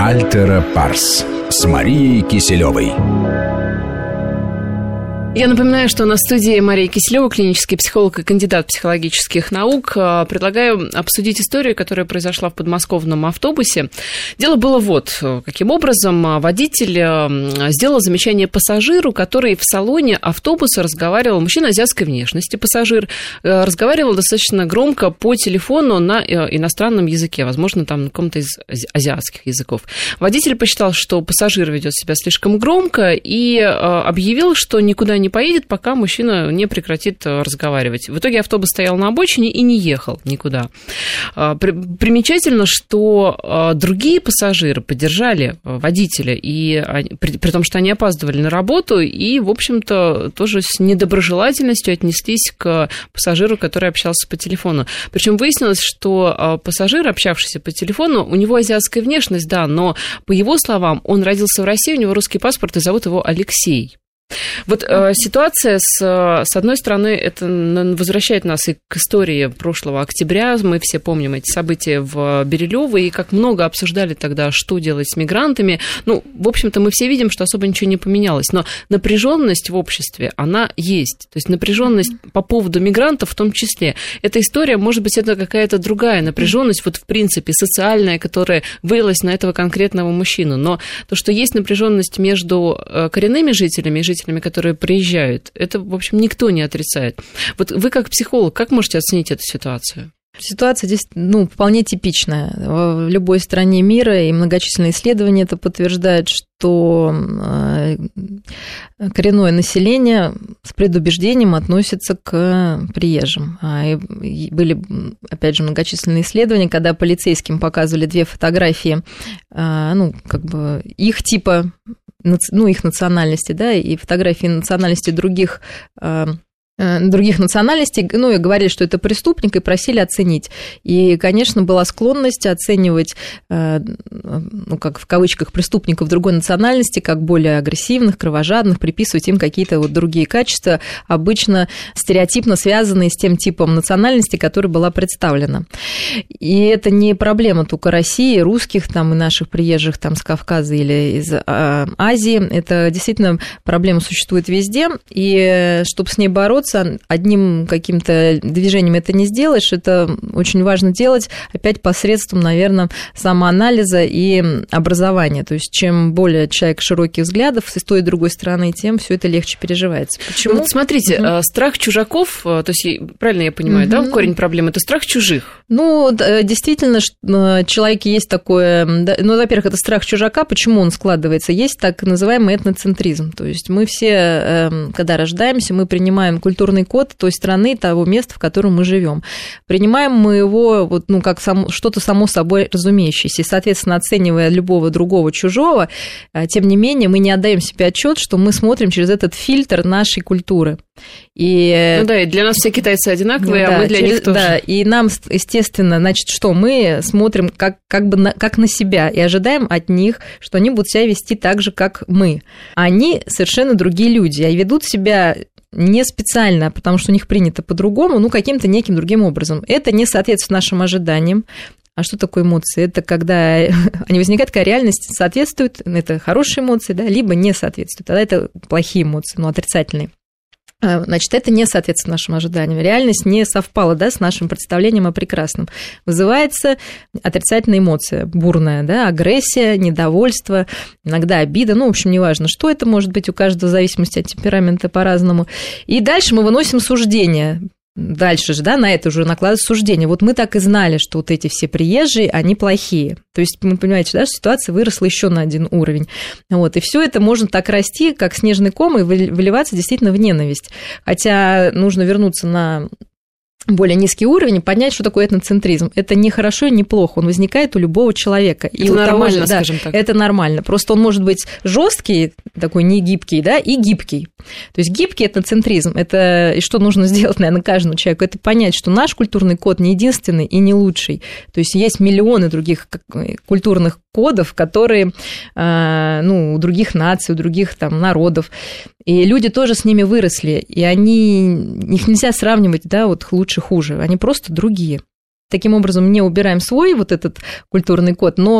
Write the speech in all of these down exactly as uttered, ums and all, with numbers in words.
Альтера Парс с Марией Киселевой. Я напоминаю, что на студии Мария Киселева, клинический психолог и кандидат психологических наук. Предлагаю обсудить историю, которая произошла в подмосковном автобусе. Дело было вот каким образом. Водитель сделал замечание пассажиру, который в салоне автобуса разговаривал, мужчина азиатской внешности, пассажир, разговаривал достаточно громко по телефону на иностранном языке, возможно, там на каком-то из азиатских языков. Водитель посчитал, что пассажир ведет себя слишком громко и объявил, что никуда не поедет, пока мужчина не прекратит разговаривать. В итоге автобус стоял на обочине и не ехал никуда. Примечательно, что другие пассажиры поддержали водителя, и при, при том, что они опаздывали на работу, и, в общем-то, тоже с недоброжелательностью отнеслись к пассажиру, который общался по телефону. Причем выяснилось, что пассажир, общавшийся по телефону, у него азиатская внешность, да, но, по его словам, он родился в России, у него русский паспорт, и зовут его Алексей. Вот э, ситуация, с, с одной стороны, это возвращает нас и к истории прошлого октября. Мы все помним эти события в Бирюлево, и как много обсуждали тогда, что делать с мигрантами. Ну, в общем-то, мы все видим, что особо ничего не поменялось. Но напряженность в обществе, она есть. То есть напряженность по поводу мигрантов в том числе. Эта история, может быть, это какая-то другая напряженность, вот в принципе, социальная, которая вылилась на этого конкретного мужчину. Но то, что есть напряженность между коренными жителями и жителями, которые приезжают, это, в общем, никто не отрицает. Вот вы, как психолог, как можете оценить эту ситуацию? Ситуация здесь, ну, вполне типичная. В любой стране мира, и многочисленные исследования это подтверждают, что коренное население с предубеждением относится к приезжим. И были, опять же, многочисленные исследования, когда полицейским показывали две фотографии, ну, как бы их типа, ну, их национальности, да, и фотографии национальности других других национальностей, ну, и говорили, что это преступник, и просили оценить. И, конечно, была склонность оценивать, ну, как в кавычках, преступников другой национальности, как более агрессивных, кровожадных, приписывать им какие-то вот другие качества, обычно стереотипно связанные с тем типом национальности, которая была представлена. И это не проблема только России, русских, там, и наших приезжих там, с Кавказа или из Азии. Это действительно проблема существует везде, и чтобы с ней бороться, одним каким-то движением это не сделаешь, это очень важно делать опять посредством, наверное, самоанализа и образования. То есть чем более человек широких взглядов с той и другой стороны, тем все это легче переживается. Почему? Вот смотрите, угу. страх чужаков, то есть правильно я понимаю, угу. да, корень проблемы – это страх чужих? Ну, действительно, в человеке есть такое, ну, во-первых, это страх чужака, почему он складывается? Есть так называемый этноцентризм, то есть мы все, когда рождаемся, мы принимаем культуру культурный код той страны, того места, в котором мы живем. Принимаем мы его вот, ну, как сам, что-то само собой разумеющееся. И, соответственно, оценивая любого другого чужого, тем не менее, мы не отдаем себе отчет, что мы смотрим через этот фильтр нашей культуры. И... Ну да, и для нас все китайцы одинаковые, да, а мы для через... них тоже. Да, и нам, естественно, значит, что мы смотрим как, как бы на, как на себя и ожидаем от них, что они будут себя вести так же, как мы. Они совершенно другие люди, и ведут себя не специально, потому что у них принято по-другому, ну, каким-то неким другим образом. Это не соответствует нашим ожиданиям. А что такое эмоции? Это когда они возникают, когда реальность соответствует, это хорошие эмоции, да, либо не соответствует. Тогда это плохие эмоции, ну, отрицательные. Значит, это не соответствует нашим ожиданиям. Реальность не совпала, да, с нашим представлением о прекрасном. Вызывается отрицательная эмоция, бурная, да, агрессия, недовольство, иногда обида, ну, в общем, неважно, что это может быть, у каждого в зависимости от темперамента по-разному. И дальше мы выносим суждение. Дальше же, да, на это уже накладывается суждение. Вот мы так и знали, что вот эти все приезжие, они плохие. То есть, вы понимаете, да, что ситуация выросла еще на один уровень. Вот, и все это можно так расти, как снежный ком, и выливаться действительно в ненависть. Хотя нужно вернуться на более низкий уровень и понять, что такое этноцентризм. Это не хорошо и не плохо, он возникает у любого человека. Это и нормально, того, скажем да, так. Это нормально. Просто он может быть жесткий, такой не гибкий, да, и гибкий. То есть гибкий этноцентризм, это, и что нужно сделать, наверное, каждому человеку, это понять, что наш культурный код не единственный и не лучший. То есть есть миллионы других культурных кодов, которые, ну, у других наций, у других там народов, и люди тоже с ними выросли, и они, их нельзя сравнивать, да, вот лучше, хуже, они просто другие. Таким образом, не убираем свой вот этот культурный код, но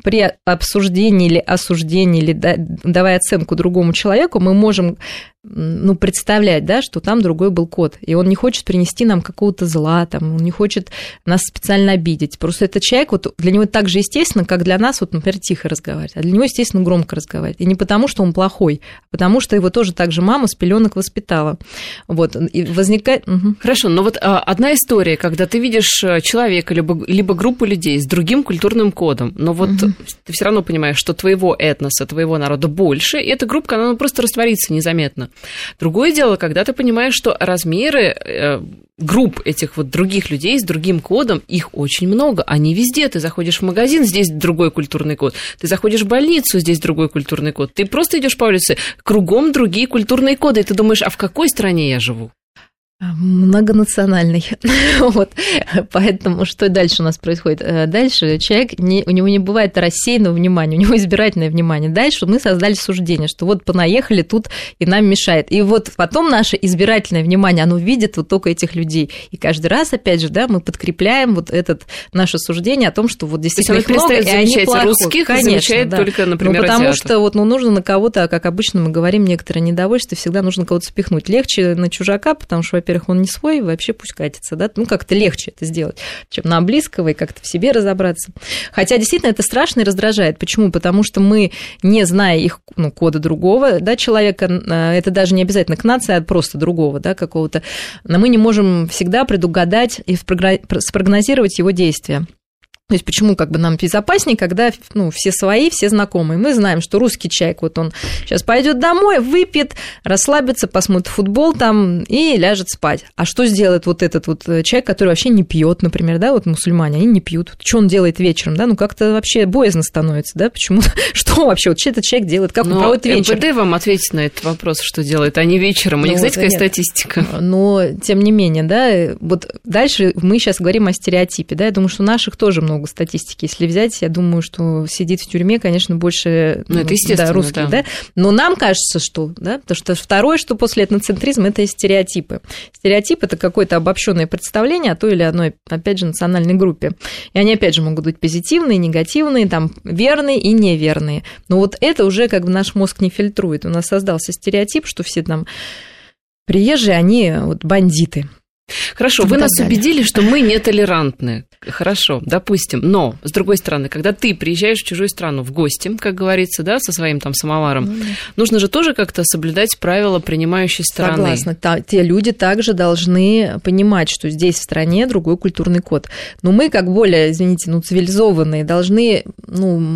при обсуждении или осуждении, или давая оценку другому человеку, мы можем ну, представлять, да, что там другой был кот, и он не хочет принести нам какого-то зла, там, он не хочет нас специально обидеть. Просто этот человек, вот для него так же естественно, как для нас, вот, например, тихо разговаривать, а для него, естественно, громко разговаривать. И не потому, что он плохой, а потому, что его тоже так же мама с пеленок воспитала. Вот, и возникает... Угу. Хорошо, но вот а, одна история, когда ты видишь человека, либо, либо группу людей с другим культурным кодом, но вот угу. ты все равно понимаешь, что твоего этноса, твоего народа больше, и эта группа, она просто растворится незаметно. Другое дело, когда ты понимаешь, что размеры э, групп этих вот других людей с другим кодом, их очень много, они везде. Ты заходишь в магазин, здесь другой культурный код, ты заходишь в больницу, здесь другой культурный код, ты просто идешь по улице, кругом другие культурные коды, и ты думаешь, а в какой стране я живу? Многонациональный. Вот. Поэтому что дальше у нас происходит? Дальше человек, не, у него не бывает рассеянного внимания, у него избирательное внимание. Дальше мы создали суждение, что вот понаехали тут и нам мешает. И вот потом наше избирательное внимание, оно видит вот только этих людей. И каждый раз, опять же, да, мы подкрепляем вот это наше суждение о том, что вот действительно их много, и они плохие. Русских, конечно, замечает да. только, например, ну, потому азиатов. что вот, ну, нужно на кого-то, как обычно мы говорим, некоторое недовольство, всегда нужно кого-то спихнуть. Легче на чужака, потому что, во-первых, он не свой, вообще пусть катится, да, ну, как-то легче это сделать, чем на близкого и как-то в себе разобраться. Хотя, действительно, это страшно и раздражает. Почему? Потому что мы, не зная их, ну, кода другого, да, человека, это даже не обязательно к нации, а просто другого, да, какого-то, но мы не можем всегда предугадать и спрогнозировать его действия. То есть почему как бы нам безопаснее, когда ну, все свои, все знакомые. Мы знаем, что русский человек, вот он сейчас пойдет домой, выпьет, расслабится, посмотрит футбол там и ляжет спать. А что сделает вот этот вот человек, который вообще не пьет, например, да, вот мусульмане, они не пьют. Что он делает вечером, да, ну как-то вообще боязно становится, да, почему, что вообще, вот что этот человек делает, как он но проводит вечер? эн пэ дэ вам ответит на этот вопрос, что делает они вечером. У них, ну, знаете, какая нет. статистика? Но, тем не менее, да, вот дальше мы сейчас говорим о стереотипе, да, я думаю, что наших тоже много статистики. Если взять, я думаю, что сидит в тюрьме, конечно, больше ну, это естественно, да, русских, да. да. Но нам кажется, что, да, потому что второе, что после этноцентризма, это и стереотипы. Стереотип – это какое-то обобщенное представление о той или одной, опять же, национальной группе. И они, опять же, могут быть позитивные, негативные, там, верные и неверные. Но вот это уже как бы наш мозг не фильтрует. У нас создался стереотип, что все там приезжие, они вот бандиты. Хорошо, вы нас убедили, что мы нетолерантны. Хорошо, допустим. Но, с другой стороны, когда ты приезжаешь в чужую страну в гости, как говорится, да, со своим там самоваром, mm-hmm. нужно же тоже как-то соблюдать правила принимающей стороны. Согласна. Та, те люди также должны понимать, что здесь в стране другой культурный код. Но мы, как более, извините, ну, цивилизованные, должны ну,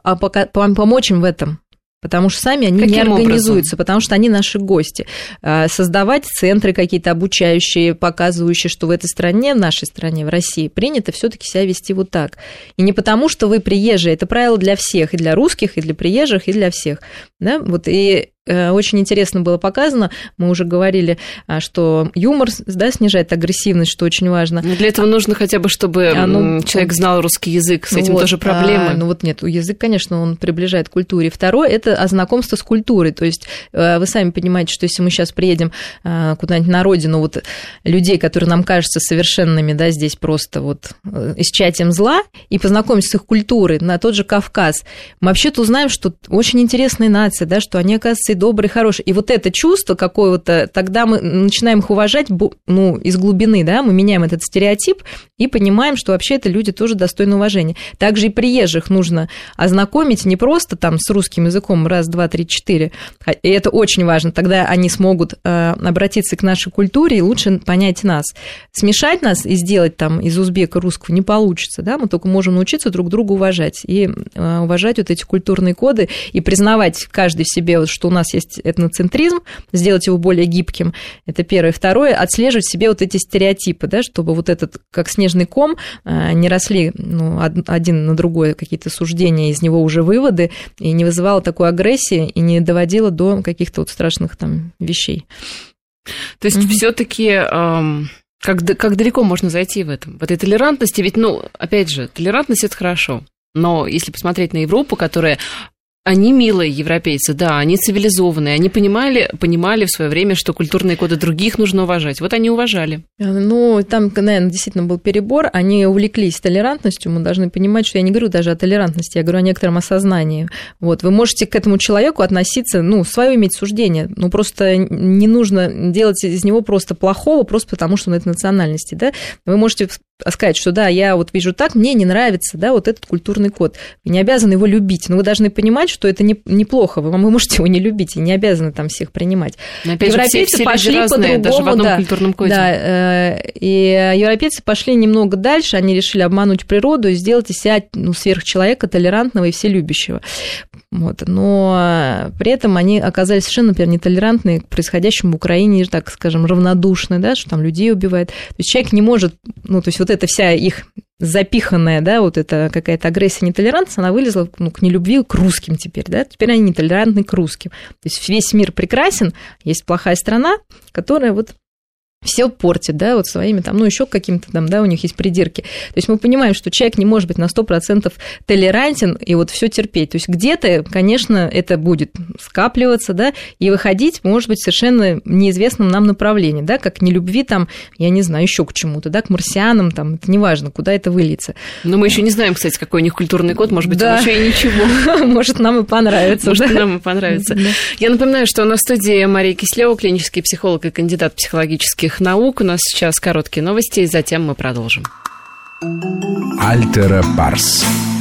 помочь им в этом. Потому что сами они Каким не организуются, образом? Потому что они наши гости. Создавать центры какие-то обучающие, показывающие, что в этой стране, в нашей стране, в России, принято все-таки себя вести вот так. И не потому, что вы приезжие, это правило для всех, и для русских, и для приезжих, и для всех. Да? Вот, и очень интересно было показано, мы уже говорили, что юмор, да, снижает агрессивность, что очень важно. Но для этого нужно хотя бы, чтобы а, ну, человек знал русский язык, с этим вот, тоже проблемы. А, ну вот нет, язык, конечно, он приближает к культуре. Второе – это знакомство с культурой, то есть вы сами понимаете, что если мы сейчас приедем куда-нибудь на родину, вот людей, которые нам кажутся совершенными, да, здесь просто вот исчадием зла, и познакомимся с их культурой, на тот же Кавказ, мы вообще-то узнаем, что очень интересная нация, да, что они, оказывается, и добрые, хорошие. И вот это чувство какое-то, тогда мы начинаем их уважать, ну, из глубины, да, мы меняем этот стереотип и понимаем, что вообще это люди тоже достойны уважения. Также и приезжих нужно ознакомить не просто там с русским языком раз, два, три, четыре, и это очень важно, тогда они смогут обратиться к нашей культуре и лучше понять нас. Смешать нас и сделать там из узбека русского не получится, да, мы только можем научиться друг друга уважать и уважать вот эти культурные коды и признавать каждый в себе, что у нас есть этноцентризм, сделать его более гибким, это первое. Второе, отслеживать в себе вот эти стереотипы, да, чтобы вот этот, как снежный ком, не росли ну, один на другой какие-то суждения, из него уже выводы, и не вызывало такой агрессии, и не доводило до каких-то вот страшных там вещей. То есть mm-hmm. все-таки эм, как, как далеко можно зайти в этом? В этой толерантности, ведь, ну, опять же, толерантность – это хорошо, но если посмотреть на Европу, которая Они милые европейцы, да, они цивилизованные, они понимали, понимали в свое время, что культурные коды других нужно уважать. Вот они уважали. Ну, там, наверное, действительно был перебор, они увлеклись толерантностью, мы должны понимать, что я не говорю даже о толерантности, я говорю о некотором осознании. Вот, вы можете к этому человеку относиться, ну, свое иметь суждение, ну, просто не нужно делать из него просто плохого, просто потому что он этой национальности, да. Вы можете сказать, что да, я вот вижу так, мне не нравится, да, вот этот культурный код. Вы не обязаны его любить, но вы должны понимать, что это не, неплохо, вы, вы можете его не любить и не обязаны там всех принимать. Но опять европейцы же, все, все пошли разные, по-другому, даже в одном да, культурном коде. Да, и европейцы пошли немного дальше, они решили обмануть природу и сделать из себя, ну, сверхчеловека, толерантного и вселюбящего. Вот. Но при этом они оказались совершенно, например, нетолерантны к происходящему в Украине, так скажем, равнодушны, да, что там людей убивают. То есть человек не может, ну, то есть вот эта вся их запиханная, да, вот эта какая-то агрессия, нетолерантность, она вылезла, ну, к нелюбви к русским теперь, да, теперь они нетолерантны к русским. То есть весь мир прекрасен, есть плохая страна, которая вот все портит, да, вот своими там, ну, еще каким-то там, да, у них есть придирки. То есть мы понимаем, что человек не может быть на сто процентов толерантен и вот все терпеть. То есть где-то, конечно, это будет скапливаться, да, и выходить, может быть, совершенно неизвестном нам направлении, да, как нелюбви там, я не знаю, еще к чему-то, да, к марсианам, там, это неважно, куда это выльется. Но мы еще не знаем, кстати, какой у них культурный код, может быть, да. Он еще и ничего. Может, нам и понравится. Может, нам и понравится. Я напоминаю, что у нас в студии Мария Киселева, клинический психолог и кандидат психологических наук. У нас сейчас короткие новости, и затем мы продолжим. Альтера Парс.